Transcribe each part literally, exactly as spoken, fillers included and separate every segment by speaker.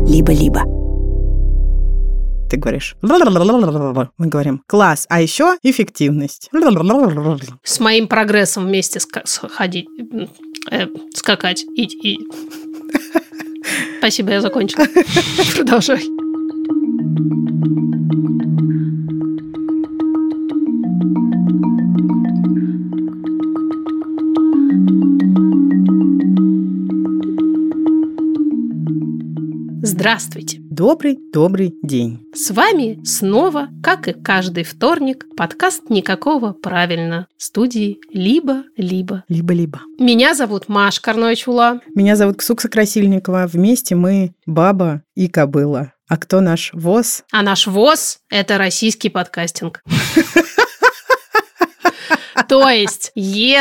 Speaker 1: либо-либо.
Speaker 2: Ты говоришь, мы говорим класс, а еще эффективность.
Speaker 3: С моим прогрессом вместе сходить, э, скакать и... и... Спасибо, я закончила. Продолжай. Здравствуйте!
Speaker 2: Добрый-добрый день!
Speaker 3: С вами снова, как и каждый вторник, подкаст «Никакого правильно» студии «Либо-либо».
Speaker 2: Либо-либо.
Speaker 3: Меня зовут Маша Карнович-Ула.
Speaker 2: Меня зовут Ксукса Красильникова. Вместе мы баба и кобыла. А кто наш ВОЗ?
Speaker 3: А наш ВОЗ – это российский подкастинг. То есть,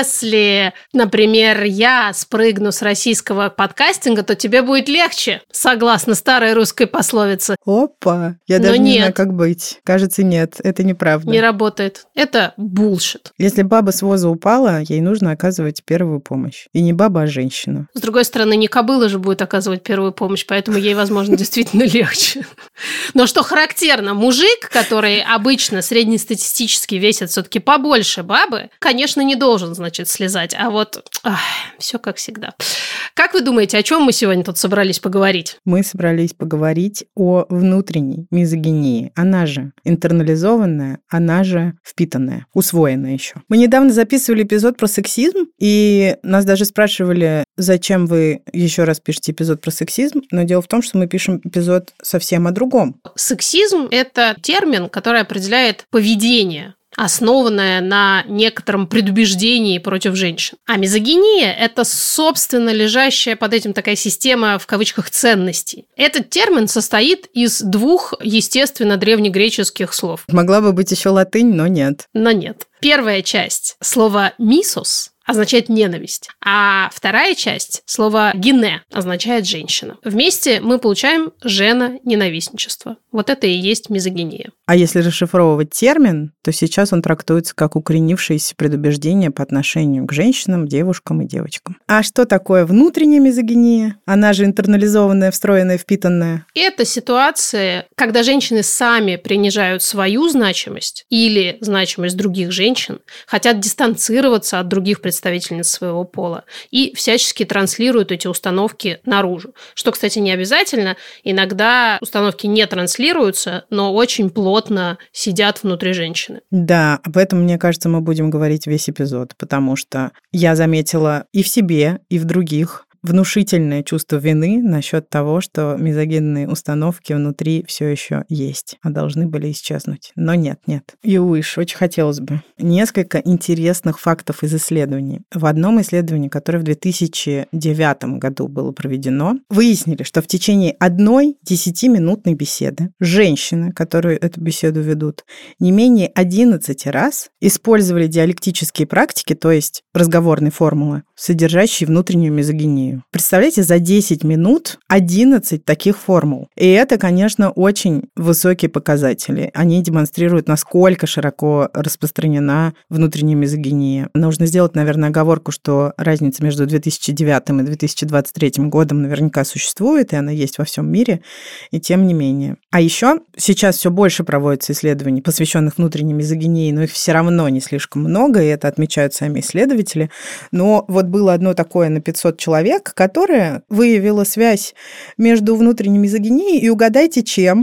Speaker 3: если, например, я спрыгну с российского подкастинга, то тебе будет легче, согласно старой русской пословице.
Speaker 2: Опа! Я
Speaker 3: Но
Speaker 2: даже не
Speaker 3: нет.
Speaker 2: знаю, как быть. Кажется, нет, это неправда.
Speaker 3: Не работает. Это булшит.
Speaker 2: Если баба с воза упала, ей нужно оказывать первую помощь. И не баба, а женщина.
Speaker 3: С другой стороны, не кобыла же будет оказывать первую помощь, поэтому ей, возможно, действительно легче. Но что характерно, мужик, который обычно среднестатистически весит все-таки побольше бабы, конечно, не должен, значит, слезать. А вот все как всегда. Как вы думаете, о чем мы сегодня тут собрались поговорить?
Speaker 2: Мы собрались поговорить о внутренней мизогинии. Она же интернализованная, она же впитанная, усвоенная еще. Мы недавно записывали эпизод про сексизм, и нас даже спрашивали, зачем вы еще раз пишете эпизод про сексизм, но дело в том, что мы пишем эпизод совсем о другом.
Speaker 3: Сексизм – это термин, который определяет поведение, основанная на некотором предубеждении против женщин. А мизогиния – это, собственно, лежащая под этим такая система, в кавычках, ценностей. Этот термин состоит из двух, естественно, древнегреческих слов.
Speaker 2: Могла бы быть еще латынь, но нет.
Speaker 3: Но нет. Первая часть слова «мисос» означает ненависть, а вторая часть слова «гене» означает женщина. Вместе мы получаем жена-ненавистничество. Вот это и есть мизогиния.
Speaker 2: А если расшифровывать термин, то сейчас он трактуется как укоренившееся предубеждение по отношению к женщинам, девушкам и девочкам. А что такое внутренняя мизогиния? Она же интернализованная, встроенная, впитанная.
Speaker 3: Это ситуация, когда женщины сами принижают свою значимость или значимость других женщин, хотят дистанцироваться от других представителей представительниц своего пола и всячески транслируют эти установки наружу. Что, кстати, не обязательно. Иногда установки не транслируются, но очень плотно сидят внутри женщины.
Speaker 2: Да, об этом, мне кажется, мы будем говорить весь эпизод, потому что я заметила и в себе, и в других внушительное чувство вины насчет того, что мизогинные установки внутри все еще есть, а должны были исчезнуть. Но нет, нет. И уж, очень хотелось бы. Несколько интересных фактов из исследований. В одном исследовании, которое в две тысячи девятом году было проведено, выяснили, что в течение одной десятиминутной беседы женщины, которые эту беседу ведут, не менее одиннадцати раз использовали диалектические практики, то есть разговорные формулы, содержащие внутреннюю мизогинию. Представляете, за десять минут одиннадцать таких формул. И это, конечно, очень высокие показатели. Они демонстрируют, насколько широко распространена внутренняя мизогиния. Нужно сделать, наверное, оговорку, что разница между две тысячи девятым и две тысячи двадцать третьим годом наверняка существует, и она есть во всем мире, и тем не менее. А еще сейчас все больше проводится исследований, посвященных внутренней мизогинии, но их все равно не слишком много, и это отмечают сами исследователи. Но вот было одно такое на пятьсот человек, которая выявила связь между внутренней мизогинией и угадайте, чем?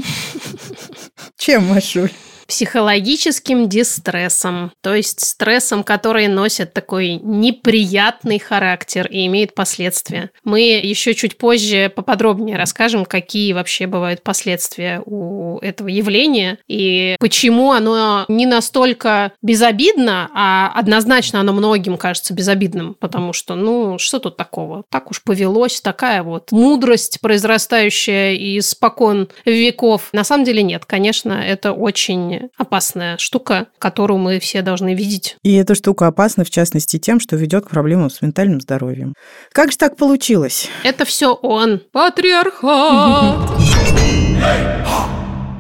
Speaker 2: Чем, Машуль?
Speaker 3: Психологическим дистрессом, то есть стрессом, который носит такой неприятный характер и имеет последствия. Мы еще чуть позже поподробнее расскажем, какие вообще бывают последствия у этого явления и почему оно не настолько безобидно, а однозначно оно многим кажется безобидным, потому что, ну, что тут такого? Так уж повелось, такая вот мудрость, произрастающая из спокон веков. На самом деле нет, конечно, это очень опасная штука, которую мы все должны видеть.
Speaker 2: И эта штука опасна, в частности, тем, что ведет к проблемам с ментальным здоровьем. Как же так получилось?
Speaker 3: Это все он. Патриархат.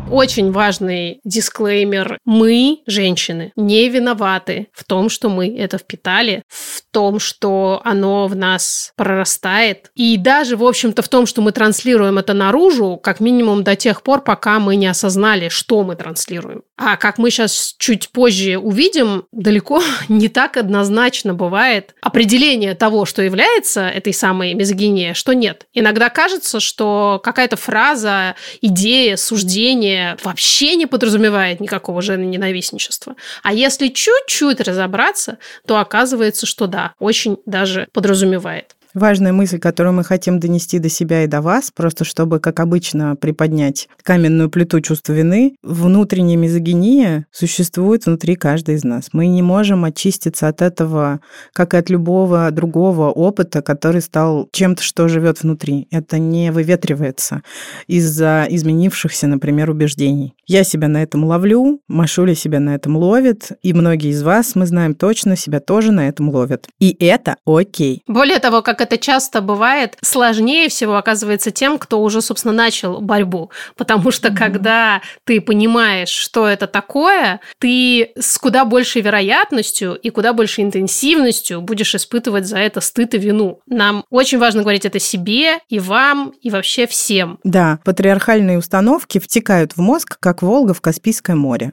Speaker 3: Очень важный дисклеймер. Мы, женщины, не виноваты в том, что мы это впитали, в том, что оно в нас прорастает. И даже, в общем-то, в том, что мы транслируем это наружу, как минимум до тех пор, пока мы не осознали, что мы транслируем. А как мы сейчас чуть позже увидим, далеко не так однозначно бывает определение того, что является этой самой мизогинией, а что нет. Иногда кажется, что какая-то фраза, идея, суждение вообще не подразумевает никакого женоненавистничества. А если чуть-чуть разобраться, то оказывается, что да, очень даже подразумевает.
Speaker 2: Важная мысль, которую мы хотим донести до себя и до вас, просто чтобы, как обычно, приподнять каменную плиту чувства вины, внутренняя мизогиния существует внутри каждой из нас. Мы не можем очиститься от этого, как и от любого другого опыта, который стал чем-то, что живет внутри. Это не выветривается из-за изменившихся, например, убеждений. Я себя на этом ловлю, Машуля себя на этом ловит, и многие из вас, мы знаем точно, себя тоже на этом ловят. И это окей.
Speaker 3: Более того, как это часто бывает, сложнее всего оказывается тем, кто уже, собственно, начал борьбу. Потому что, mm-hmm. когда ты понимаешь, что это такое, ты с куда большей вероятностью и куда большей интенсивностью будешь испытывать за это стыд и вину. Нам очень важно говорить это себе, и вам, и вообще всем.
Speaker 2: Да, патриархальные установки втекают в мозг, как Волга в Каспийское море.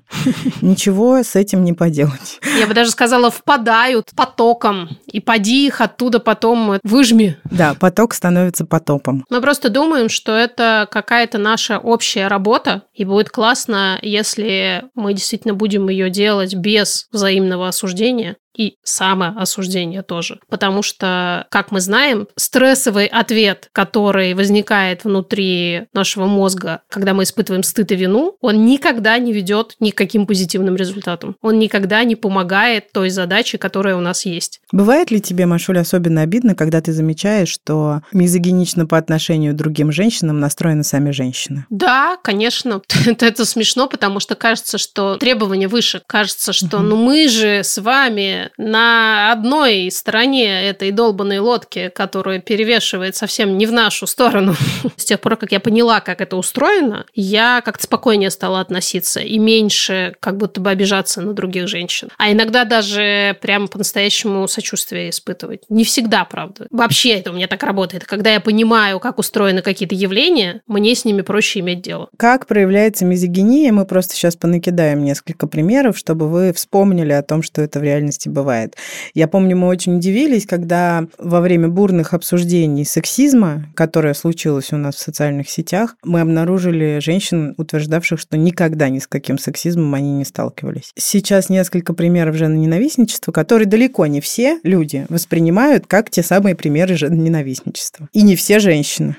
Speaker 2: Ничего с этим не поделать.
Speaker 3: Я бы даже сказала, впадают потоком, и поди их оттуда потом вы выжми.
Speaker 2: Да, поток становится потопом.
Speaker 3: Мы просто думаем, что это какая-то наша общая работа, и будет классно, если мы действительно будем ее делать без взаимного осуждения. И самоосуждение тоже. Потому что, как мы знаем, стрессовый ответ, который возникает внутри нашего мозга, когда мы испытываем стыд и вину, он никогда не ведет ни к каким позитивным результатам. Он никогда не помогает той задаче, которая у нас есть.
Speaker 2: Бывает ли тебе, Машуля, особенно обидно, когда ты замечаешь, что мизогинично по отношению к другим женщинам настроены сами женщины?
Speaker 3: Да, конечно. это, это смешно, потому что кажется, что требования выше. Кажется, что ну мы же с вами на одной стороне этой долбанной лодки, которая перевешивает совсем не в нашу сторону. С тех пор, как я поняла, как это устроено, я как-то спокойнее стала относиться и меньше как будто бы обижаться на других женщин. А иногда даже прямо по-настоящему сочувствие испытывать. Не всегда, правда. Вообще это у меня так работает. Когда я понимаю, как устроены какие-то явления, мне с ними проще иметь дело.
Speaker 2: Как проявляется мизогиния? Мы просто сейчас понакидаем несколько примеров, чтобы вы вспомнили о том, что это в реальности бывает. Я помню, мы очень удивились, когда во время бурных обсуждений сексизма, которое случилось у нас в социальных сетях, мы обнаружили женщин, утверждавших, что никогда ни с каким сексизмом они не сталкивались. Сейчас несколько примеров женоненавистничества, которые далеко не все люди воспринимают как те самые примеры женоненавистничества. И не все женщины.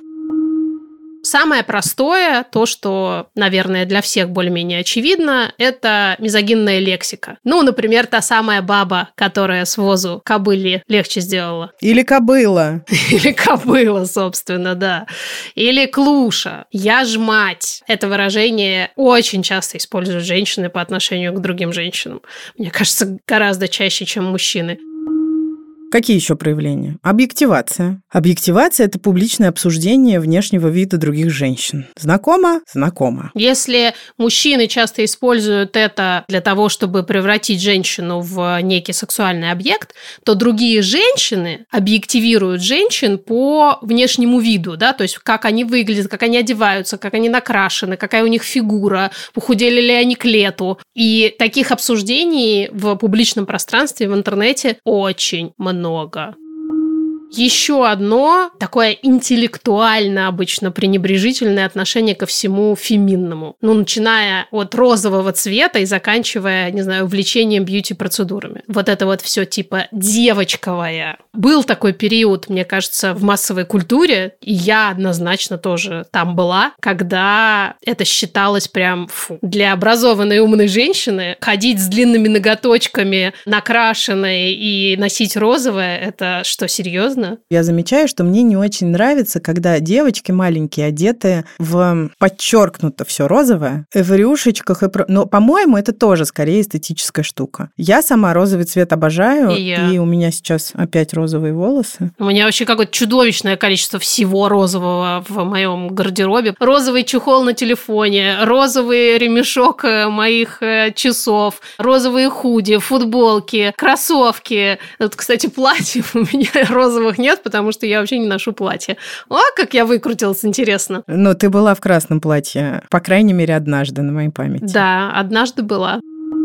Speaker 3: Самое простое, то, что, наверное, для всех более-менее очевидно, это мизогинная лексика. Ну, например, та самая баба, которая с возу кобыле легче сделала.
Speaker 2: Или кобыла.
Speaker 3: Или кобыла, собственно, да. Или клуша. Я ж мать. Это выражение очень часто используют женщины по отношению к другим женщинам. Мне кажется, гораздо чаще, чем мужчины.
Speaker 2: Какие еще проявления? Объективация. Объективация – это публичное обсуждение внешнего вида других женщин. Знакомо? Знакомо.
Speaker 3: Если мужчины часто используют это для того, чтобы превратить женщину в некий сексуальный объект, то другие женщины объективируют женщин по внешнему виду, да, то есть как они выглядят, как они одеваются, как они накрашены, какая у них фигура, похудели ли они к лету. И таких обсуждений в публичном пространстве, в интернете очень много. Много. Еще одно такое интеллектуально обычно пренебрежительное отношение ко всему феминному. Ну, начиная от розового цвета и заканчивая, не знаю, увлечением бьюти-процедурами. Вот это вот все типа девочковое. Был такой период, мне кажется, в массовой культуре, и я однозначно тоже там была, когда это считалось прям фу. Для образованной умной женщины ходить с длинными ноготочками, накрашенной и носить розовое, это что, серьезно? Серьезно?
Speaker 2: Я замечаю, что мне не очень нравится, когда девочки маленькие, одетые в подчеркнуто все розовое, в рюшечках. И про... Но, по-моему, это тоже скорее эстетическая штука. Я сама розовый цвет обожаю,
Speaker 3: И я.
Speaker 2: и у меня сейчас опять розовые волосы.
Speaker 3: У меня вообще какое-то чудовищное количество всего розового в моем гардеробе. Розовый чехол на телефоне, розовый ремешок моих часов, розовые худи, футболки, кроссовки. Вот, кстати, платьев у меня розовых нет, потому что я вообще не ношу платье. О, как я выкрутилась, интересно.
Speaker 2: Ну, ты была в красном платье, по крайней мере, однажды на моей памяти.
Speaker 3: Да, однажды была.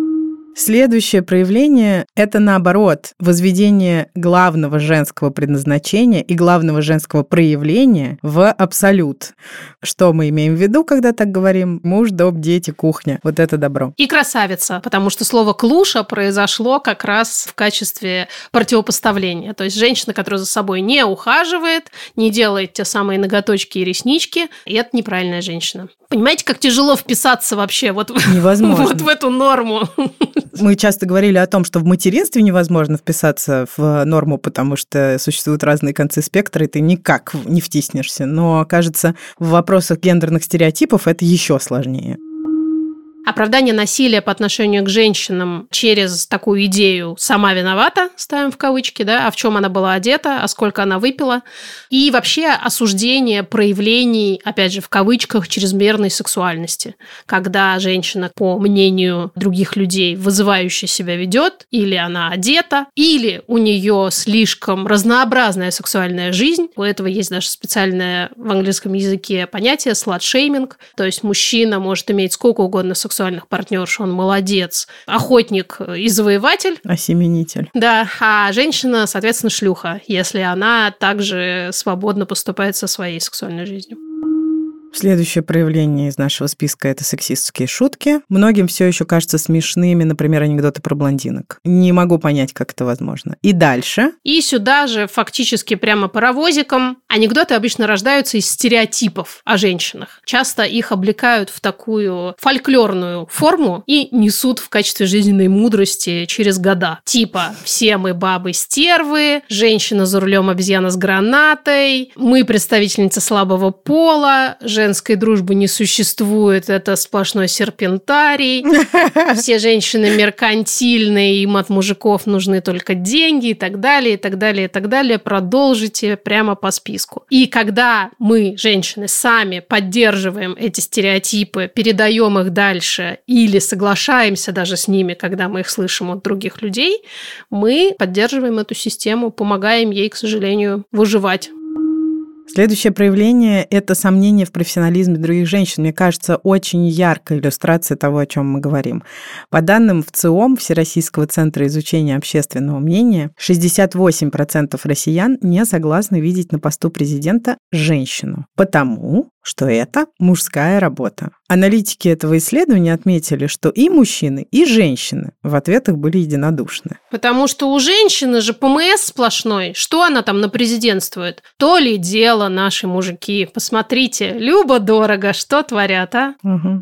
Speaker 2: Следующее проявление – это, наоборот, возведение главного женского предназначения и главного женского проявления в абсолют. Что мы имеем в виду, когда так говорим? Муж, дом, дети, кухня. Вот это добро.
Speaker 3: И красавица, потому что слово «клуша» произошло как раз в качестве противопоставления. То есть женщина, которая за собой не ухаживает, не делает те самые ноготочки и реснички, и это неправильная женщина. Понимаете, как тяжело вписаться вообще вот,
Speaker 2: невозможно.
Speaker 3: вот в эту норму?
Speaker 2: Мы часто говорили о том, что в материнстве невозможно вписаться в норму, потому что существуют разные концы спектра, и ты никак не втиснешься. Но, кажется, в вопросах гендерных стереотипов это еще сложнее.
Speaker 3: Оправдание насилия по отношению к женщинам через такую идею «сама виновата», ставим в кавычки, да, а в чем она была одета, а сколько она выпила. И вообще осуждение проявлений, опять же, в кавычках, чрезмерной сексуальности. Когда женщина, по мнению других людей, вызывающе себя ведет, или она одета, или у нее слишком разнообразная сексуальная жизнь. У этого есть даже специальное в английском языке понятие «сладшейминг». То есть мужчина может иметь сколько угодно сексуальных сексуальных партнерш, он молодец, охотник и завоеватель.
Speaker 2: Осеменитель.
Speaker 3: Да, а женщина, соответственно, шлюха, если она также свободно поступает со своей сексуальной жизнью.
Speaker 2: Следующее проявление из нашего списка – это сексистские шутки. Многим все еще кажутся смешными, например, анекдоты про блондинок. Не могу понять, как это возможно. И дальше.
Speaker 3: И сюда же фактически прямо паровозиком анекдоты обычно рождаются из стереотипов о женщинах. Часто их облекают в такую фольклорную форму и несут в качестве жизненной мудрости через года. Типа «все мы бабы-стервы», «женщина за рулем обезьяна с гранатой», «мы представительница слабого пола», «женской дружбы не существует, это сплошной серпентарий», «все женщины меркантильные, им от мужиков нужны только деньги» и так далее, и так далее, и так далее. Продолжите прямо по списку. И когда мы, женщины, сами поддерживаем эти стереотипы, передаем их дальше или соглашаемся даже с ними, когда мы их слышим от других людей, мы поддерживаем эту систему, помогаем ей, к сожалению, выживать.
Speaker 2: Следующее проявление – это сомнение в профессионализме других женщин. Мне кажется, очень яркая иллюстрация того, о чем мы говорим. По данным ВЦИОМ, Всероссийского центра изучения общественного мнения, шестьдесят восемь процентов россиян не согласны видеть на посту президента женщину, потому что это мужская работа. Аналитики этого исследования отметили, что и мужчины, и женщины в ответах были единодушны.
Speaker 3: Потому что у женщины же ПМС сплошной. Что она там напрезидентствует? То ли дело наши мужики. Посмотрите, любо-дорого, что творят, а?
Speaker 2: Угу.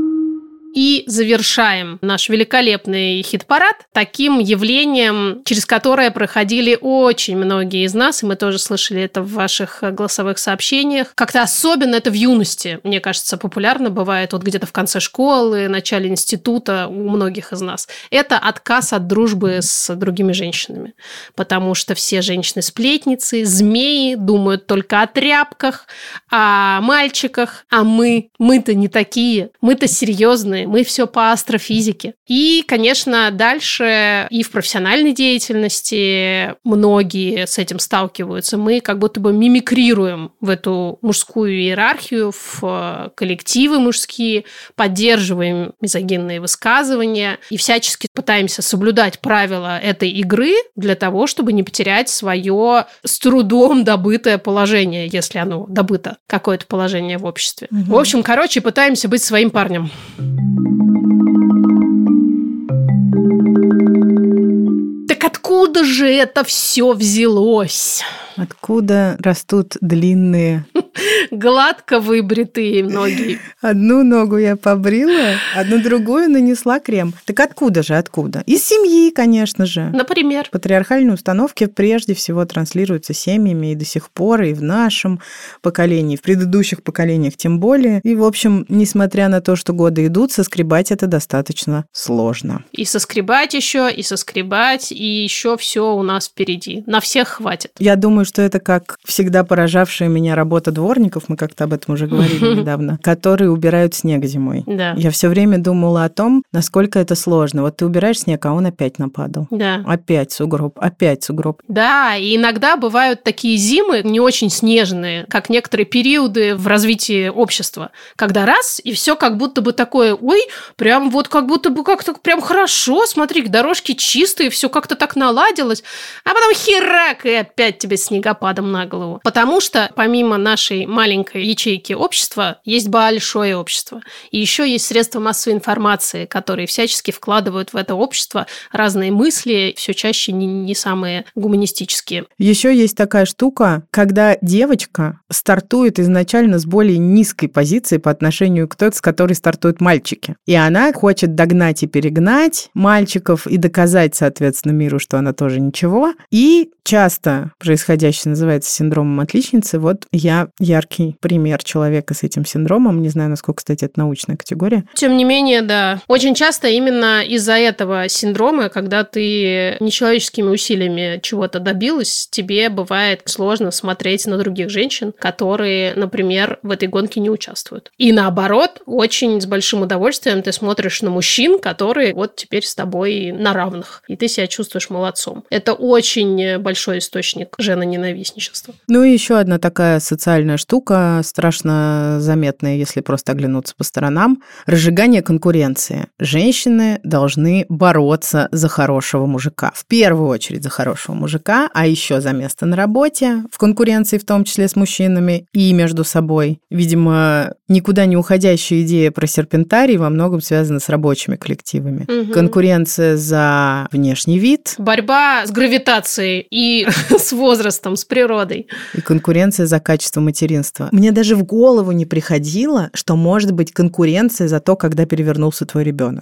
Speaker 3: И завершаем наш великолепный хит-парад таким явлением, через которое проходили очень многие из нас, и мы тоже слышали это в ваших голосовых сообщениях. Как-то особенно это в юности, мне кажется, популярно бывает вот где-то в конце школы, начале института у многих из нас. Это отказ от дружбы с другими женщинами, потому что все женщины-сплетницы, змеи, думают только о тряпках, о мальчиках, а мы, мы-то не такие, мы-то серьезные, мы все по астрофизике. И, конечно, дальше и в профессиональной деятельности многие с этим сталкиваются. Мы как будто бы мимикрируем в эту мужскую иерархию, в коллективы мужские, поддерживаем мизогинные высказывания и всячески пытаемся соблюдать правила этой игры для того, чтобы не потерять свое с трудом добытое положение, если оно добыто, какое-то положение в обществе. Угу. В общем, короче, пытаемся быть своим парнем. Так откуда же это все взялось?
Speaker 2: Откуда растут длинные...
Speaker 3: Гладко выбритые ноги.
Speaker 2: Одну ногу я побрила, одну другую нанесла крем. Так откуда же, откуда? Из семьи, конечно же.
Speaker 3: Например?
Speaker 2: Патриархальные установки прежде всего транслируются семьями и до сих пор, и в нашем поколении, в предыдущих поколениях тем более. И, в общем, несмотря на то, что годы идут, соскребать это достаточно сложно.
Speaker 3: И соскребать еще, и соскребать, и еще все у нас впереди. На всех хватит.
Speaker 2: Я думаю, что это, как всегда поражавшая меня работа дворников, мы как-то об этом уже говорили недавно, которые убирают снег зимой.
Speaker 3: Да.
Speaker 2: Я все время думала о том, насколько это сложно. Вот ты убираешь снег, а он опять нападал.
Speaker 3: Да.
Speaker 2: Опять сугроб, опять сугроб.
Speaker 3: Да, и иногда бывают такие зимы не очень снежные, как некоторые периоды в развитии общества, когда раз, и все как будто бы такое, ой, прям вот как будто бы как-то прям хорошо, смотри, дорожки чистые, все как-то так наладилось, а потом херак, и опять тебе снегопадом на голову. Потому что помимо нашей маленькой ячейки общества есть большое общество. И еще есть средства массовой информации, которые всячески вкладывают в это общество разные мысли, все чаще не, не самые гуманистические.
Speaker 2: Еще есть такая штука, когда девочка стартует изначально с более низкой позиции по отношению к той, с которой стартуют мальчики. И она хочет догнать и перегнать мальчиков и доказать, соответственно, миру, что она тоже ничего. И часто происходящее называется синдромом отличницы. Вот я яркий пример человека с этим синдромом. Не знаю, насколько, кстати, это научная категория.
Speaker 3: Тем не менее, да. Очень часто именно из-за этого синдрома, когда ты нечеловеческими усилиями чего-то добилась, тебе бывает сложно смотреть на других женщин, которые, например, в этой гонке не участвуют. И наоборот, очень с большим удовольствием ты смотришь на мужчин, которые вот теперь с тобой на равных, и ты себя чувствуешь молодцом. Это очень большой источник женоненавистничества.
Speaker 2: Ну и еще одна такая социальная штука, страшно заметная, если просто оглянуться по сторонам. Разжигание конкуренции. Женщины должны бороться за хорошего мужика. В первую очередь за хорошего мужика, а еще за место на работе, в конкуренции в том числе с мужчинами и между собой. Видимо, никуда не уходящая идея про серпентарий во многом связана с рабочими коллективами. Угу. Конкуренция за внешний вид.
Speaker 3: Борьба с гравитацией и с возрастом, с природой.
Speaker 2: И конкуренция за качество материнства. Мне даже в голову не приходило, что может быть конкуренция за то, когда перевернулся твой ребенок.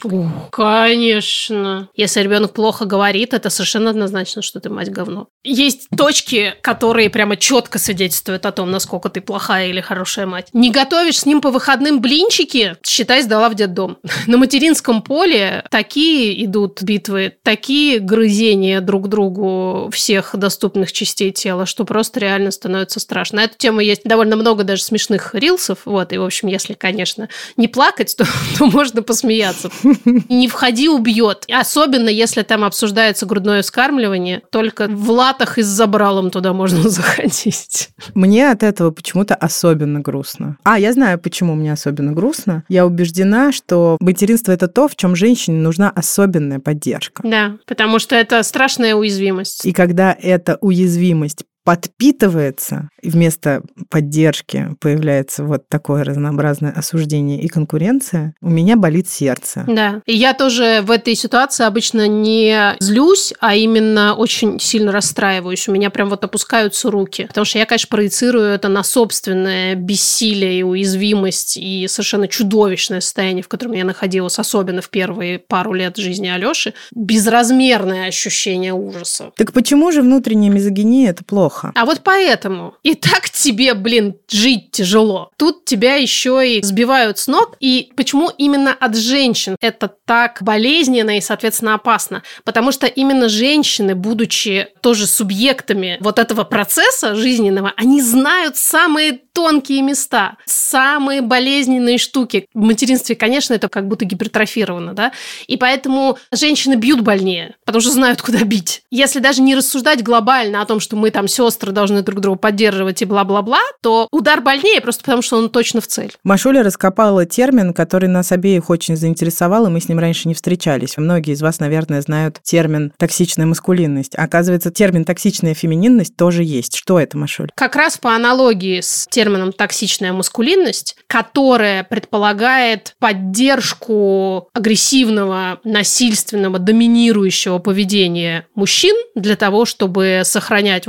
Speaker 3: Конечно. Если ребенок плохо говорит, это совершенно однозначно, что ты мать говно. Есть точки, которые прямо четко свидетельствуют о том, насколько ты плохая или хорошая мать. Не готовишь с ним по выходным блинчики, считай, сдала в детдом. На материнском поле такие идут битвы, такие грызения друг другу всех доступных частей тела, что просто реально становится страшно. На эту тему есть довольно много даже смешных рилсов, вот, и, в общем, если, конечно, не плакать, то, то можно посмеяться. Не входи, убьет. Особенно, если там обсуждается грудное вскармливание, только в латах и с забралом туда можно заходить.
Speaker 2: Мне от этого почему-то особенно грустно. А, я знаю, почему мне особенно грустно. Я убеждена, что материнство – это то, в чем женщине нужна особенная поддержка.
Speaker 3: Да, потому что это страшная уязвимость.
Speaker 2: И когда эта уязвимость подпитывается, и вместо поддержки появляется вот такое разнообразное осуждение и конкуренция, у меня болит сердце.
Speaker 3: Да. И я тоже в этой ситуации обычно не злюсь, а именно очень сильно расстраиваюсь. У меня прям вот опускаются руки. Потому что я, конечно, проецирую это на собственное бессилие и уязвимость, и совершенно чудовищное состояние, в котором я находилась, особенно в первые пару лет жизни Алёши. Безразмерное ощущение ужаса.
Speaker 2: Так почему же внутренняя мизогиния – это плохо?
Speaker 3: А вот поэтому и так тебе, блин, жить тяжело. Тут тебя еще и сбивают с ног. И почему именно от женщин это так болезненно и, соответственно, опасно? Потому что именно женщины, будучи тоже субъектами вот этого процесса жизненного, они знают самые тонкие места, самые болезненные штуки. В материнстве, конечно, это как будто гипертрофировано, да? И поэтому женщины бьют больнее, потому что знают, куда бить. Если даже не рассуждать глобально о том, что мы там сестры должны друг друга поддерживать и бла-бла-бла, то удар больнее просто потому, что он точно в цель.
Speaker 2: Машуля раскопала термин, который нас обеих очень заинтересовал, и мы с ним раньше не встречались. Многие из вас, наверное, знают термин «токсичная маскулинность». Оказывается, термин «токсичная фемининность» тоже есть. Что это, Машуль?
Speaker 3: Как раз по аналогии с термином «токсичная маскулинность», которая предполагает поддержку агрессивного, насильственного, доминирующего поведения мужчин для того, чтобы сохранять вот эту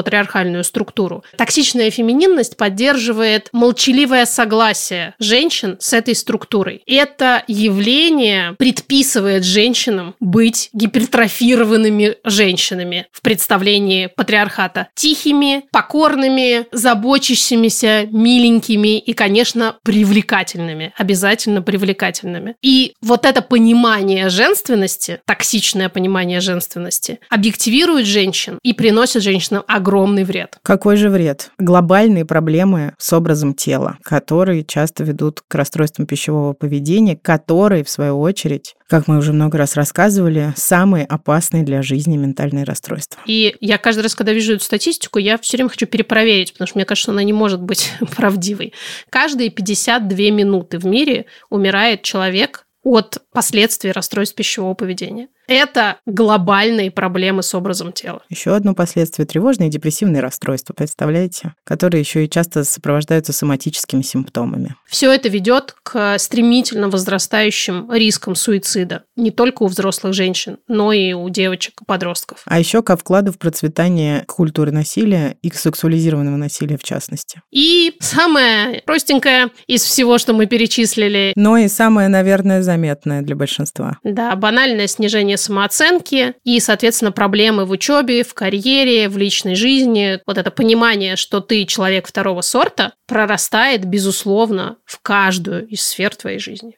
Speaker 3: патриархальную структуру. Токсичная фемининность поддерживает молчаливое согласие женщин с этой структурой. Это явление предписывает женщинам быть гипертрофированными женщинами в представлении патриархата. Тихими, покорными, заботящимися, миленькими и, конечно, привлекательными. Обязательно привлекательными. И вот это понимание женственности, токсичное понимание женственности, объективирует женщин и приносит женщинам огромный вред.
Speaker 2: Какой же вред? Глобальные проблемы с образом тела, которые часто ведут к расстройствам пищевого поведения, которые, в свою очередь, как мы уже много раз рассказывали, самые опасные для жизни ментальные расстройства.
Speaker 3: И я каждый раз, когда вижу эту статистику, я все время хочу перепроверить, потому что мне кажется, что она не может быть правдивой. Каждые пятьдесят две минуты в мире умирает человек от последствий расстройств пищевого поведения. Это глобальные проблемы с образом тела.
Speaker 2: Еще одно последствие – тревожные и депрессивные расстройства, представляете? Которые еще и часто сопровождаются соматическими симптомами.
Speaker 3: Все это ведет к стремительно возрастающим рискам суицида. Не только у взрослых женщин, но и у девочек и подростков.
Speaker 2: А еще ко вкладу в процветание культуры насилия и к сексуализированного насилия в частности.
Speaker 3: И самое простенькое из всего, что мы перечислили.
Speaker 2: Но и самое, наверное, заметное для большинства.
Speaker 3: Да, банальное снижение самооценки и, соответственно, проблемы в учебе, в карьере, в личной жизни. Вот это понимание, что ты человек второго сорта, прорастает, безусловно, в каждую из сфер твоей жизни.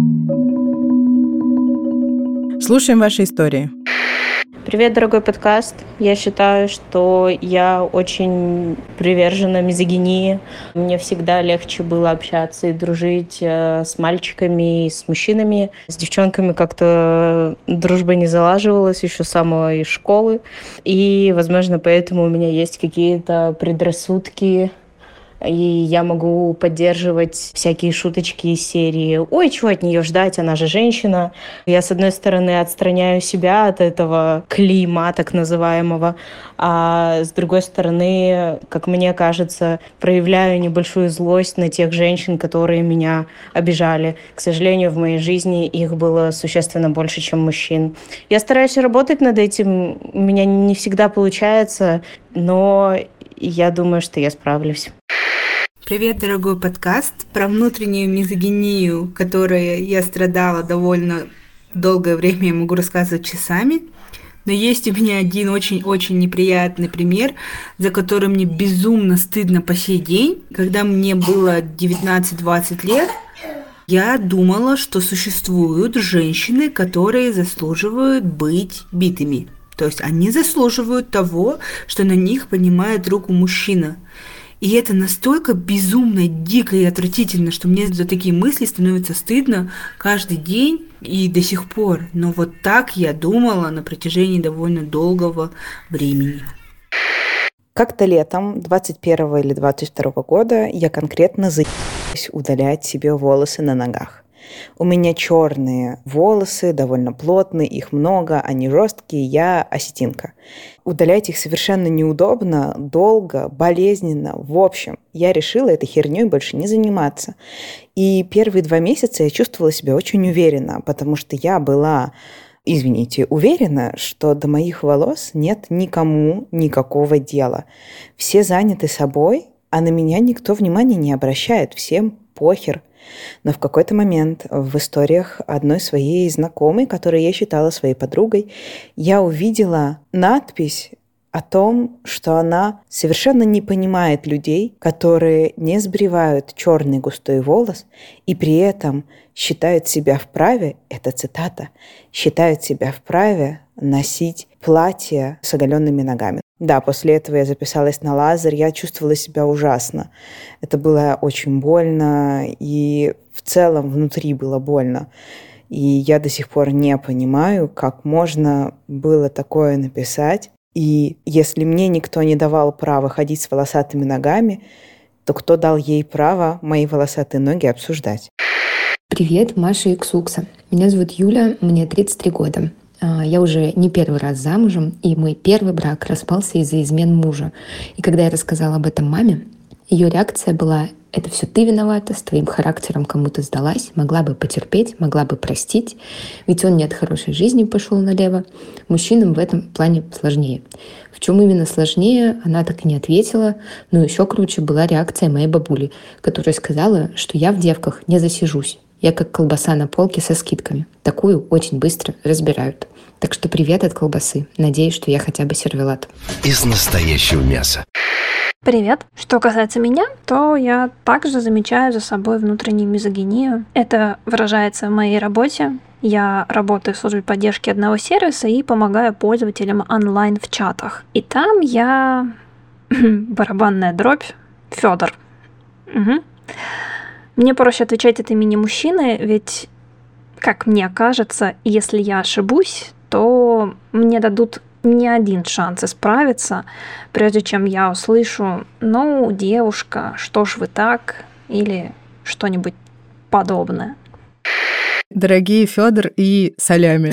Speaker 2: Слушаем ваши истории.
Speaker 1: Привет, дорогой подкаст. Я считаю, что я очень привержена мизогинии. Мне всегда легче было общаться и дружить с мальчиками и с мужчинами. С девчонками как-то дружба не залаживалась еще с самой школы. И, возможно, поэтому у меня есть какие-то предрассудки. И я могу поддерживать всякие шуточки из серии «Ой, чего от нее ждать, она же женщина». Я, с одной стороны, отстраняю себя от этого клейма так называемого, а с другой стороны, как мне кажется, проявляю небольшую злость на тех женщин, которые меня обижали. К сожалению, в моей жизни их было существенно больше, чем мужчин. Я стараюсь работать над этим, у меня не всегда получается, но я думаю, что я справлюсь.
Speaker 4: Привет, дорогой подкаст про внутреннюю мизогинию, которой я страдала довольно долгое время, я могу рассказывать часами. Но есть у меня один очень-очень неприятный пример, за который мне безумно стыдно по сей день. Когда мне было девятнадцать-двадцать лет, я думала, что существуют женщины, которые заслуживают быть битыми. То есть они заслуживают того, что на них поднимает руку мужчина. И это настолько безумно, дико и отвратительно, что мне за такие мысли становится стыдно каждый день и до сих пор. Но вот так я думала на протяжении довольно долгого времени.
Speaker 5: Как-то летом двадцать первого или двадцать второго года я конкретно заебалась удалять себе волосы на ногах. У меня черные волосы, довольно плотные, их много, они жесткие, я осетинка. Удалять их совершенно неудобно, долго, болезненно. В общем, я решила этой херней больше не заниматься. И первые два месяца я чувствовала себя очень уверенно, потому что я была, извините, уверена, что до моих волос нет никому никакого дела. Все заняты собой, а на меня никто внимания не обращает, всем похер. Но в какой-то момент в историях одной своей знакомой, которую я считала своей подругой, я увидела надпись о том, что она совершенно не понимает людей, которые не сбривают черный густой волос и при этом считают себя вправе, это цитата, считают себя вправе носить платье с оголенными ногами. Да, после этого я записалась на лазер, я чувствовала себя ужасно. Это было очень больно, и в целом внутри было больно. И я до сих пор не понимаю, как можно было такое написать. И если мне никто не давал права ходить с волосатыми ногами, то кто дал ей право мои волосатые ноги обсуждать?
Speaker 6: Привет, Маша и Ксукса. Меня зовут Юля, мне тридцать три года. Я уже не первый раз замужем, и мой первый брак распался из-за измен мужа. И когда я рассказала об этом маме, Ее реакция была: это все ты виновата, с твоим характером кому-то сдалась, могла бы потерпеть, могла бы простить, ведь он не от хорошей жизни пошел налево. Мужчинам в этом плане сложнее. В чем именно сложнее, она так и не ответила, но еще круче была реакция моей бабули, которая сказала, что я в девках не засижусь. Я как колбаса на полке со скидками. Такую очень быстро разбирают. Так что привет от колбасы. Надеюсь, что я хотя бы сервелат.
Speaker 7: Из настоящего мяса.
Speaker 8: Привет. Что касается меня, то я также замечаю за собой внутреннюю мизогинию. Это выражается в моей работе. Я работаю в службе поддержки одного сервиса и помогаю пользователям онлайн в чатах. И там я... барабанная дробь. Фёдор. Угу. Мне проще отвечать от имени мужчины, ведь, как мне кажется, если я ошибусь, то мне дадут не один шанс исправиться, прежде чем я услышу: «Ну, девушка, что ж вы так?» или что-нибудь подобное.
Speaker 2: Дорогие Фёдор и Салями,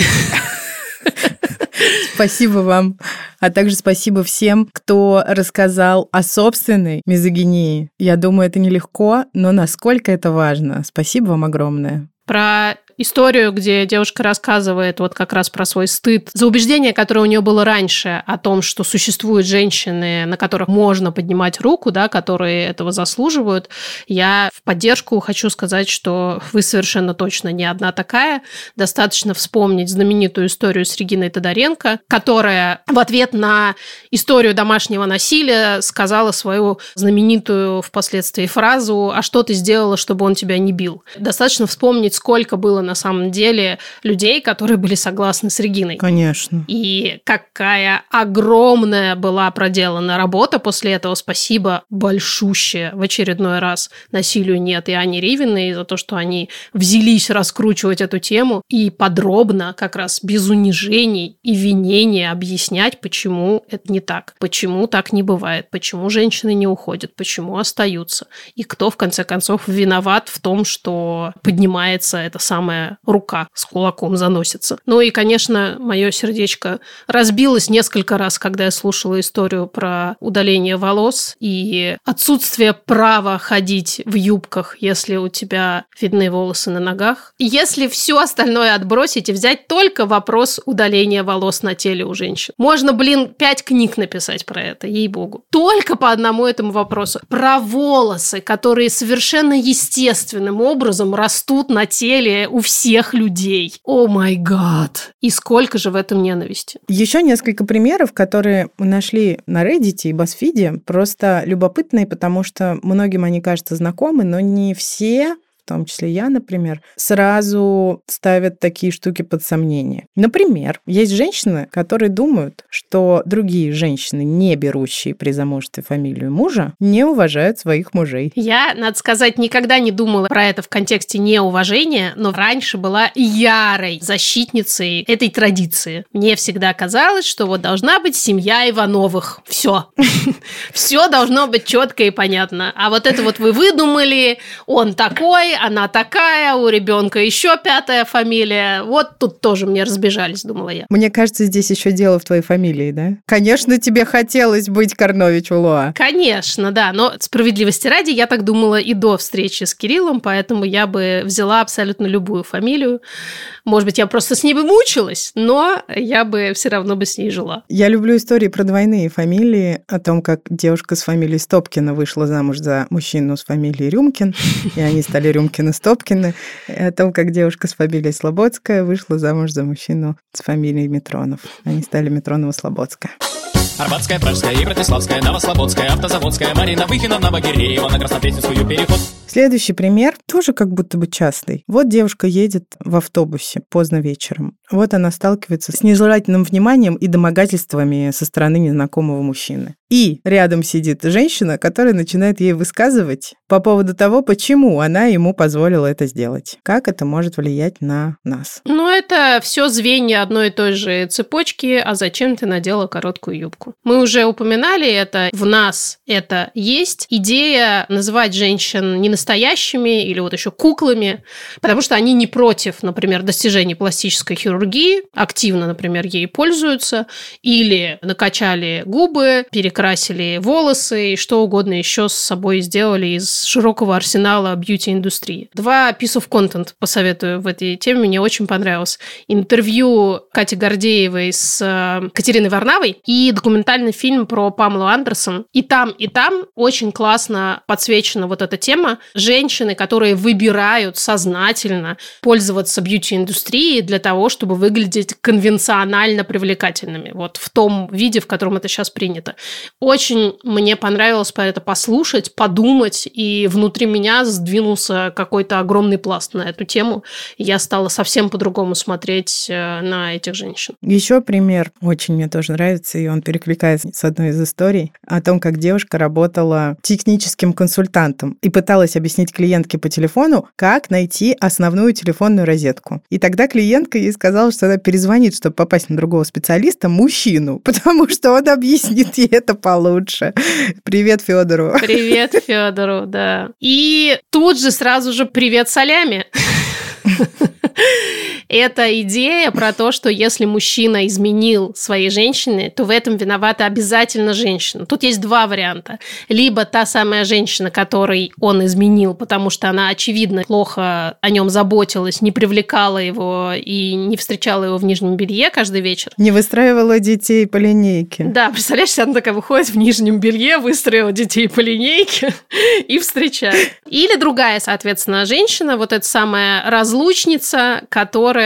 Speaker 2: спасибо вам, а также спасибо всем, кто рассказал о собственной мизогинии. Я думаю, это нелегко, но насколько это важно. Спасибо вам огромное.
Speaker 3: Про историю, где девушка рассказывает вот как раз про свой стыд за убеждение, которое у нее было раньше, о том, что существуют женщины, на которых можно поднимать руку, да, которые этого заслуживают. Я в поддержку хочу сказать, что вы совершенно точно не одна такая. Достаточно вспомнить знаменитую историю с Региной Тодоренко, которая в ответ на историю домашнего насилия сказала свою знаменитую впоследствии фразу: «А что ты сделала, чтобы он тебя не бил?» Достаточно вспомнить, сколько было на самом деле людей, которые были согласны с Региной.
Speaker 2: Конечно.
Speaker 3: И какая огромная была проделана работа после этого. Спасибо большущее в очередной раз «Насилию нет» и Ане Ривиной за то, что они взялись раскручивать эту тему и подробно, как раз без унижений и винения объяснять, почему это не так, почему так не бывает, почему женщины не уходят, почему остаются, и кто, в конце концов, виноват в том, что поднимается эта самая рука с кулаком заносится. Ну и, конечно, мое сердечко разбилось несколько раз, когда я слушала историю про удаление волос и отсутствие права ходить в юбках, если у тебя видны волосы на ногах. Если все остальное отбросить и взять только вопрос удаления волос на теле у женщин. Можно, блин, пять книг написать про это, ей-богу. Только по одному этому вопросу. Про волосы, которые совершенно естественным образом растут на теле у всех людей. О май гад! И сколько же в этом ненависти?
Speaker 2: Еще несколько примеров, которые мы нашли на Reddit и BuzzFeed, просто любопытные, потому что многим они кажутся знакомы, но не все, в том числе я, например, сразу ставят такие штуки под сомнение. Например, есть женщины, которые думают, что другие женщины, не берущие при замужестве фамилию мужа, не уважают своих мужей.
Speaker 3: Я, надо сказать, никогда не думала про это в контексте неуважения, но раньше была ярой защитницей этой традиции. Мне всегда казалось, что вот должна быть семья Ивановых. Все. Все должно быть четко и понятно. А вот это вот вы выдумали, он такой, она такая, у ребенка еще пятая фамилия. Вот тут тоже мне разбежались, думала я.
Speaker 2: Мне кажется, здесь еще дело в твоей фамилии, да? Конечно, тебе хотелось быть Карнович Улуа.
Speaker 3: Конечно, да. Но справедливости ради, я так думала и до встречи с Кириллом, поэтому я бы взяла абсолютно любую фамилию. Может быть, я просто с ней бы мучилась, но я бы все равно бы с ней жила.
Speaker 2: Я люблю истории про двойные фамилии, о том, как девушка с фамилией Стопкина вышла замуж за мужчину с фамилией Рюмкин, и они стали Рюмкины-Стопкины, и о том, как девушка с фамилией Слободская вышла замуж за мужчину с фамилией Митронов. Они стали Митронова-Слободская.
Speaker 9: Арбатская, Пражская и Братиславская, Новослободская, Автозаводская, Марина Выхина, Новогиреева, на Краснопресненскую переход.
Speaker 2: Следующий пример тоже как будто бы частый. Вот девушка едет в автобусе поздно вечером. Вот она сталкивается с нежелательным вниманием и домогательствами со стороны незнакомого мужчины. И рядом сидит женщина, которая начинает ей высказывать по поводу того, почему она ему позволила это сделать. Как это может влиять на нас?
Speaker 3: Ну, это все звенья одной и той же цепочки. А зачем ты надела короткую юбку? Мы уже упоминали это. В нас это есть. Идея называть женщин не настоящими или вот еще куклами, потому что они не против, например, достижений пластической хирургии, активно, например, ей пользуются, или накачали губы, перекрасили перекрасили волосы и что угодно еще с собой сделали из широкого арсенала бьюти-индустрии. Два piece of content посоветую в этой теме, мне очень понравилось. Интервью Кати Гордеевой с Катериной Варнавой и документальный фильм про Памелу Андерсон. И там, и там очень классно подсвечена вот эта тема. Женщины, которые выбирают сознательно пользоваться бьюти-индустрией для того, чтобы выглядеть конвенционально привлекательными. Вот в том виде, в котором это сейчас принято. Очень мне понравилось про это послушать, подумать, и внутри меня сдвинулся какой-то огромный пласт на эту тему. И я стала совсем по-другому смотреть на этих женщин.
Speaker 2: Еще пример очень мне тоже нравится, и он перекликается с одной из историй о том, как девушка работала техническим консультантом и пыталась объяснить клиентке по телефону, как найти основную телефонную розетку. И тогда клиентка ей сказала, что она перезвонит, чтобы попасть на другого специалиста, мужчину, потому что он объяснит ей это получше. Привет Федору.
Speaker 3: Привет Федору, да. И тут же сразу же привет Салями. Это идея про то, что если мужчина изменил своей женщине, то в этом виновата обязательно женщина. Тут есть два варианта. Либо та самая женщина, которой он изменил, потому что она, очевидно, плохо о нем заботилась, не привлекала его и не встречала его в нижнем белье каждый вечер.
Speaker 2: Не выстраивала детей по линейке.
Speaker 3: Да, представляешь, она такая выходит в нижнем белье, выстроила детей по линейке и встречает. Или другая, соответственно, женщина, вот эта самая разлучница, которая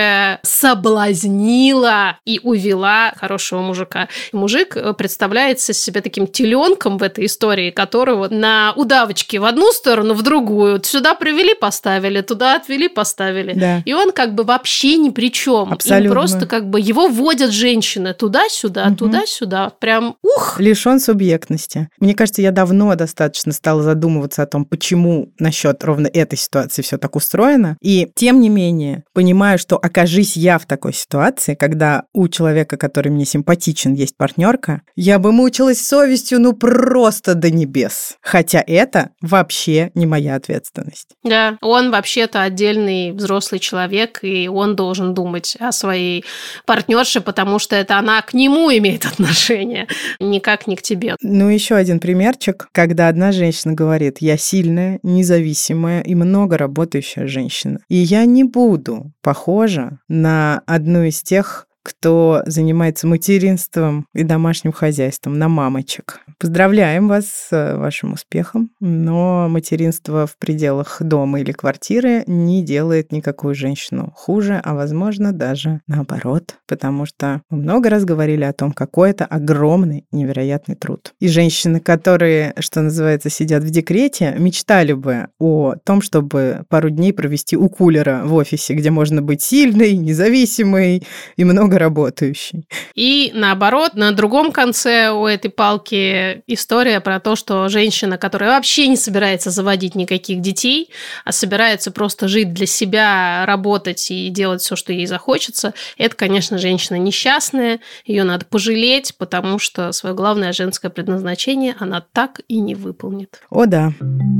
Speaker 3: соблазнила и увела хорошего мужика. Мужик представляется себе таким теленком в этой истории, которого на удавочке в одну сторону, в другую. Сюда привели, поставили, туда отвели, поставили.
Speaker 2: Да.
Speaker 3: И он как бы вообще ни при чем.
Speaker 2: Абсолютно.
Speaker 3: Им просто как бы его водят женщины туда-сюда, угу. туда-сюда. Прям ух!
Speaker 2: Лишен субъектности. Мне кажется, я давно достаточно стала задумываться о том, почему насчет ровно этой ситуации все так устроено. И тем не менее, понимаю, что окажись я в такой ситуации, когда у человека, который мне симпатичен, есть партнерка, я бы мучилась совестью, ну просто до небес. Хотя это вообще не моя ответственность.
Speaker 3: Да, он вообще-то отдельный взрослый человек, и он должен думать о своей партнерше, потому что это она к нему имеет отношение, никак не к тебе.
Speaker 2: Ну, еще один примерчик, когда одна женщина говорит: я сильная, независимая и много работающая женщина, и я не буду похожа на одну из тех, кто занимается материнством и домашним хозяйством, на мамочек. Поздравляем вас с вашим успехом, но материнство в пределах дома или квартиры не делает никакую женщину хуже, а, возможно, даже наоборот, потому что мы много раз говорили о том, какой это огромный, невероятный труд. И женщины, которые, что называется, сидят в декрете, мечтали бы о том, чтобы пару дней провести у кулера в офисе, где можно быть сильной, независимой и много работающий.
Speaker 3: И наоборот, на другом конце у этой палки история про то, что женщина, которая вообще не собирается заводить никаких детей, а собирается просто жить для себя, работать и делать все, что ей захочется, это, конечно, женщина несчастная, ее надо пожалеть, потому что свое главное женское предназначение она так и не выполнит.
Speaker 2: О, да.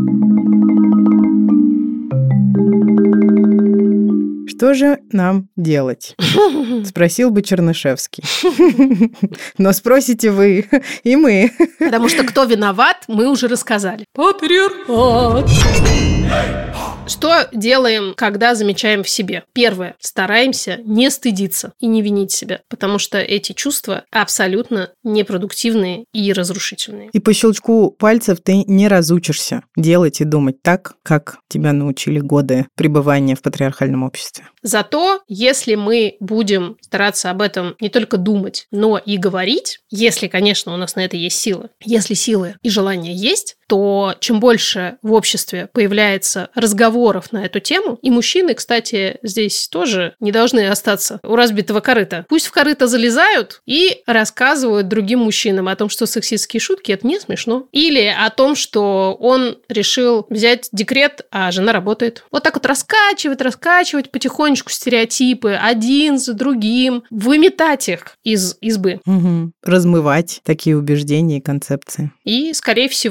Speaker 2: Что же нам делать? Спросил бы Чернышевский. Но спросите вы и мы.
Speaker 3: Потому что кто виноват, мы уже рассказали. Патриархат. Что делаем, когда замечаем в себе? Первое. Стараемся не стыдиться и не винить себя, потому что эти чувства абсолютно непродуктивные и разрушительные.
Speaker 2: И по щелчку пальцев ты не разучишься делать и думать так, как тебя научили годы пребывания в патриархальном обществе.
Speaker 3: Зато, если мы будем стараться об этом не только думать, но и говорить, если, конечно, у нас на это есть силы, если силы и желания есть, то чем больше в обществе появляется разговоров на эту тему, и мужчины, кстати, здесь тоже не должны остаться у разбитого корыта. Пусть в корыто залезают и рассказывают другим мужчинам о том, что сексистские шутки – это не смешно. Или о том, что он решил взять декрет, а жена работает. Вот так вот раскачивать, раскачивать потихонечку стереотипы один за другим, выметать их из избы.
Speaker 2: Угу. Размывать такие убеждения и концепции.
Speaker 3: И, скорее всего,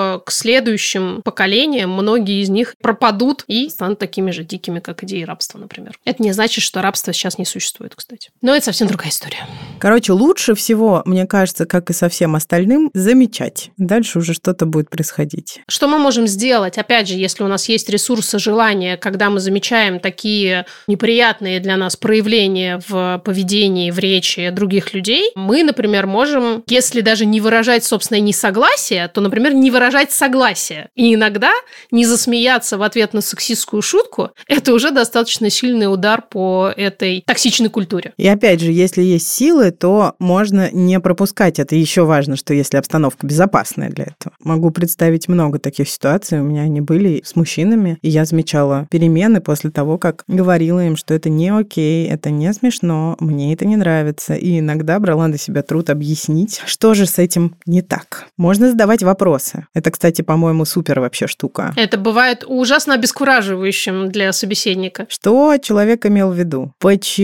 Speaker 3: то к следующим поколениям многие из них пропадут и станут такими же дикими, как идеи рабства, например. Это не значит, что рабство сейчас не существует, кстати. Но это совсем другая история.
Speaker 2: Короче, лучше всего, мне кажется, как и со всем остальным, замечать. Дальше уже что-то будет происходить.
Speaker 3: Что мы можем сделать? Опять же, если у нас есть ресурсы, желания, когда мы замечаем такие неприятные для нас проявления в поведении, в речи других людей, мы, например, можем, если даже не выражать собственное несогласие, то, например, не выражать согласие. И иногда не засмеяться в ответ на сексистскую шутку – это уже достаточно сильный удар по этой токсичной культуре.
Speaker 2: И опять же, если есть силы, то можно не пропускать это. Еще важно, что если обстановка безопасная для этого. Могу представить много таких ситуаций. У меня они были с мужчинами, и я замечала перемены после того, как говорила им, что это не окей, это не смешно, мне это не нравится. И иногда брала на себя труд объяснить, что же с этим не так. Можно задавать вопросы. Это, кстати, по-моему, супер вообще штука.
Speaker 3: Это бывает ужасно обескураживающим для собеседника.
Speaker 2: Что человек имел в виду?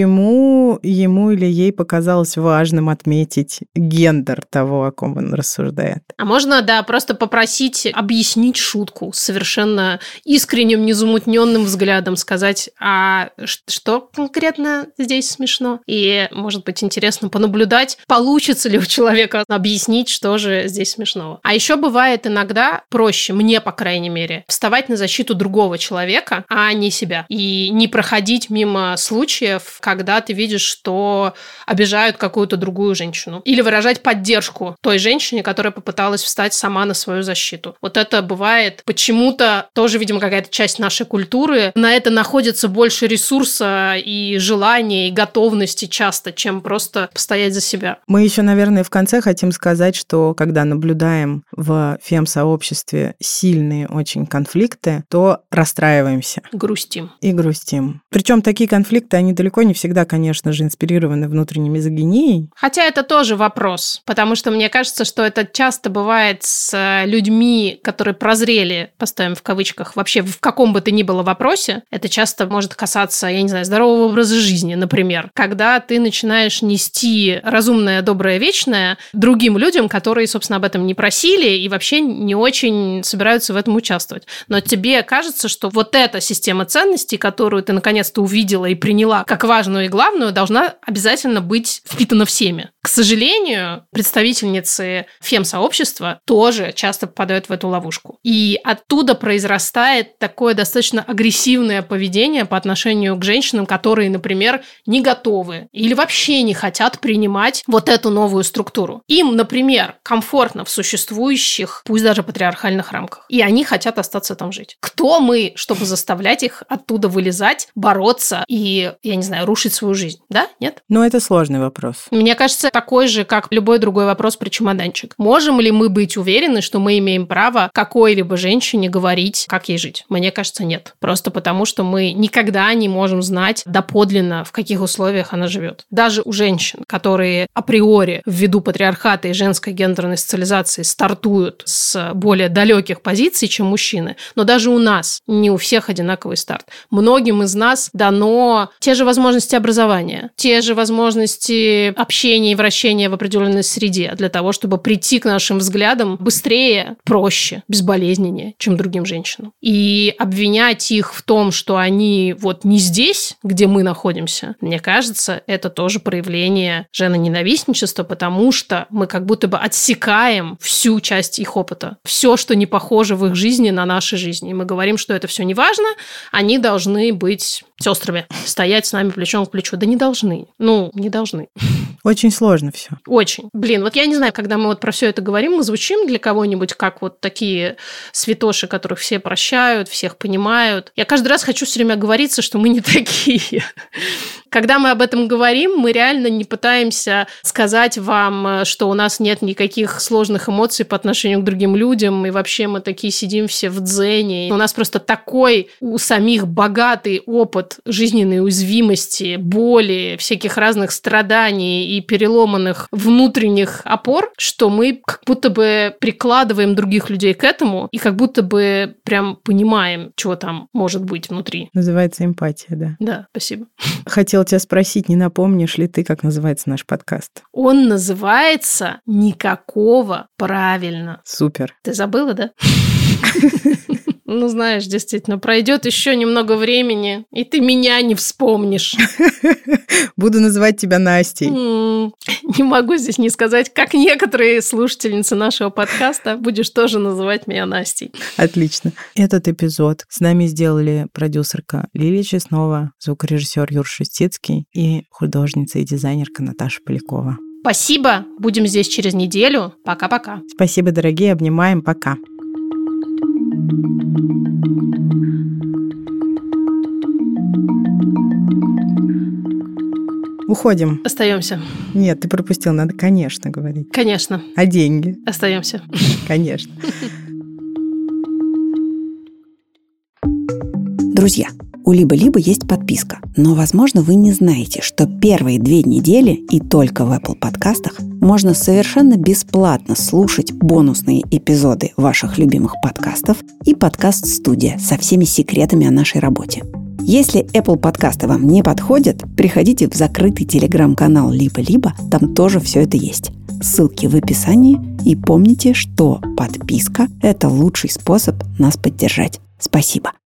Speaker 2: Почему ему или ей показалось важным отметить гендер того, о ком он рассуждает?
Speaker 3: А можно, да, просто попросить объяснить шутку совершенно искренним, незамутненным взглядом, сказать, а что конкретно здесь смешно? И, может быть, интересно понаблюдать, получится ли у человека объяснить, что же здесь смешного. А еще бывает иногда проще, мне, по крайней мере, вставать на защиту другого человека, а не себя. И не проходить мимо случаев, когда ты видишь, что обижают какую-то другую женщину. Или выражать поддержку той женщине, которая попыталась встать сама на свою защиту. Вот это бывает почему-то тоже, видимо, какая-то часть нашей культуры. На это находится больше ресурса и желания, и готовности часто, чем просто постоять за себя.
Speaker 2: Мы еще, наверное, в конце хотим сказать, что когда наблюдаем в фем-сообществе сильные очень конфликты, то расстраиваемся.
Speaker 3: Грустим.
Speaker 2: И грустим. Причем такие конфликты, они далеко не всегда, конечно же, инспирированы внутренней мизогинией.
Speaker 3: Хотя это тоже вопрос, потому что мне кажется, что это часто бывает с людьми, которые прозрели, поставим в кавычках, вообще в каком бы то ни было вопросе. Это часто может касаться, я не знаю, здорового образа жизни, например. Когда ты начинаешь нести разумное, доброе, вечное другим людям, которые, собственно, об этом не просили и вообще не очень собираются в этом участвовать. Но тебе кажется, что вот эта система ценностей, которую ты наконец-то увидела и приняла как важную и главную, должна обязательно быть впитана всеми. К сожалению, представительницы фем-сообщества тоже часто попадают в эту ловушку. И оттуда произрастает такое достаточно агрессивное поведение по отношению к женщинам, которые, например, не готовы или вообще не хотят принимать вот эту новую структуру. Им, например, комфортно в существующих, пусть даже патриархальных рамках. И они хотят остаться там жить. Кто мы, чтобы заставлять их оттуда вылезать, бороться и, я не знаю, рушить свою жизнь? Да? Нет?
Speaker 2: Ну, это сложный вопрос.
Speaker 3: Мне кажется, такой же, как любой другой вопрос про чемоданчик. Можем ли мы быть уверены, что мы имеем право какой-либо женщине говорить, как ей жить? Мне кажется, нет. Просто потому, что мы никогда не можем знать доподлинно, в каких условиях она живет. Даже у женщин, которые априори ввиду патриархата и женской гендерной социализации стартуют с более далеких позиций, чем мужчины, но даже у нас не у всех одинаковый старт. Многим из нас дано те же возможности образования, те же возможности общения и вращения в определенной среде для того, чтобы прийти к нашим взглядам быстрее, проще, безболезненнее, чем другим женщинам. И обвинять их в том, что они вот не здесь, где мы находимся, мне кажется, это тоже проявление женоненавистничества, потому что мы как будто бы отсекаем всю часть их опыта. Все, что не похоже в их жизни на наши жизни. И мы говорим, что это все не важно, они должны быть сестрами, стоять с нами плечом к плечу. Да не должны. Ну, не должны.
Speaker 2: Очень сложно все.
Speaker 3: Очень. Блин, вот я не знаю, когда мы вот про все это говорим, мы звучим для кого-нибудь как вот такие святоши, которых все прощают, всех понимают. Я каждый раз хочу все время оговориться, что мы не такие. Когда мы об этом говорим, мы реально не пытаемся сказать вам, что у нас нет никаких сложных эмоций по отношению к другим людям, и вообще мы такие сидим все в дзене. У нас просто такой у самих богатый опыт жизненной уязвимости, боли, всяких разных страданий и переломанных внутренних опор, что мы как будто бы прикладываем других людей к этому и как будто бы прям понимаем, что там может быть внутри.
Speaker 2: Называется эмпатия, да.
Speaker 3: Да, спасибо.
Speaker 2: Хотела хотела тебя спросить, не напомнишь ли ты, как называется наш подкаст?
Speaker 3: Он называется «Никакого правильно».
Speaker 2: Супер.
Speaker 3: Ты забыла, да? Ну, знаешь, действительно, пройдет еще немного времени, и ты меня не вспомнишь.
Speaker 2: Буду называть тебя Настей.
Speaker 3: Не могу здесь не сказать, как некоторые слушательницы нашего подкаста, будешь тоже называть меня Настей.
Speaker 2: Отлично. Этот эпизод с нами сделали продюсерка Лилия Чеснова, звукорежиссер Юр Шустицкий и художница и дизайнерка Наташа Полякова.
Speaker 3: Спасибо. Будем здесь через неделю. Пока-пока.
Speaker 2: Спасибо, дорогие. Обнимаем. Пока. Уходим.
Speaker 3: Остаемся.
Speaker 2: Нет, ты пропустил, надо, конечно, говорить.
Speaker 3: Конечно.
Speaker 2: А деньги?
Speaker 3: Остаемся.
Speaker 2: Конечно.
Speaker 10: Друзья, у Либо-Либо есть подписка, но, возможно, вы не знаете, что первые две недели и только в Apple подкастах можно совершенно бесплатно слушать бонусные эпизоды ваших любимых подкастов и подкаст-студия со всеми секретами о нашей работе. Если Apple подкасты вам не подходят, приходите в закрытый телеграм-канал Либо-Либо, там тоже все это есть. Ссылки в описании, и помните, что подписка – это лучший способ нас поддержать. Спасибо.